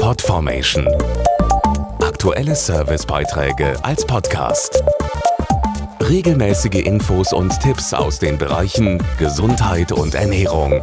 Podformation. Aktuelle Servicebeiträge als Podcast. Regelmäßige Infos und Tipps aus den Bereichen Gesundheit und Ernährung.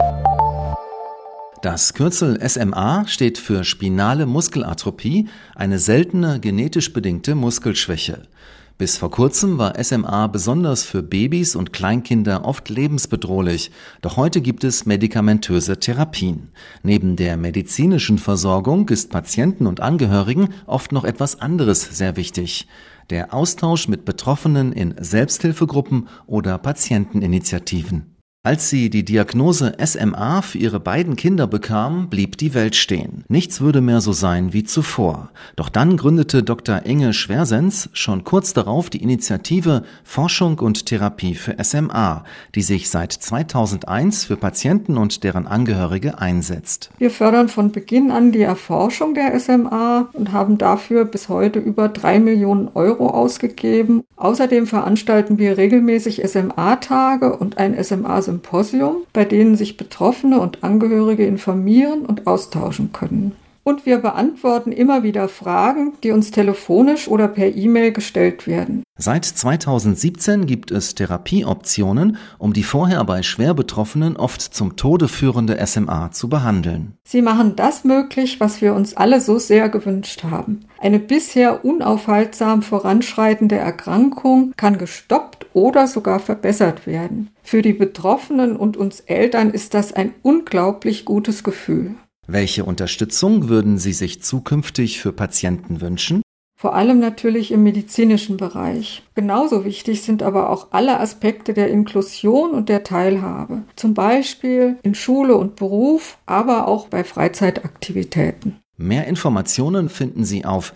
Das Kürzel SMA steht für spinale Muskelatrophie, eine seltene genetisch bedingte Muskelschwäche. Bis vor kurzem war SMA besonders für Babys und Kleinkinder oft lebensbedrohlich, doch heute gibt es medikamentöse Therapien. Neben der medizinischen Versorgung ist Patienten und Angehörigen oft noch etwas anderes sehr wichtig: der Austausch mit Betroffenen in Selbsthilfegruppen oder Patienteninitiativen. Als sie die Diagnose SMA für ihre beiden Kinder bekam, blieb die Welt stehen. Nichts würde mehr so sein wie zuvor. Doch dann gründete Dr. Inge Schwersens schon kurz darauf die Initiative Forschung und Therapie für SMA, die sich seit 2001 für Patienten und deren Angehörige einsetzt. Wir fördern von Beginn an die Erforschung der SMA und haben dafür bis heute über 3 Millionen Euro ausgegeben. Außerdem veranstalten wir regelmäßig SMA-Tage und ein SMA-Symposium, bei denen sich Betroffene und Angehörige informieren und austauschen können. Und wir beantworten immer wieder Fragen, die uns telefonisch oder per E-Mail gestellt werden. Seit 2017 gibt es Therapieoptionen, um die vorher bei schwer Betroffenen oft zum Tode führende SMA zu behandeln. Sie machen das möglich, was wir uns alle so sehr gewünscht haben. Eine bisher unaufhaltsam voranschreitende Erkrankung kann gestoppt oder sogar verbessert werden. Für die Betroffenen und uns Eltern ist das ein unglaublich gutes Gefühl. Welche Unterstützung würden Sie sich zukünftig für Patienten wünschen? Vor allem natürlich im medizinischen Bereich. Genauso wichtig sind aber auch alle Aspekte der Inklusion und der Teilhabe. Zum Beispiel in Schule und Beruf, aber auch bei Freizeitaktivitäten. Mehr Informationen finden Sie auf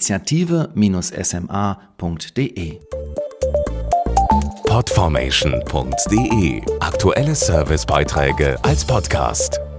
initiative-sma.de. Podformation.de. Aktuelle Servicebeiträge als Podcast.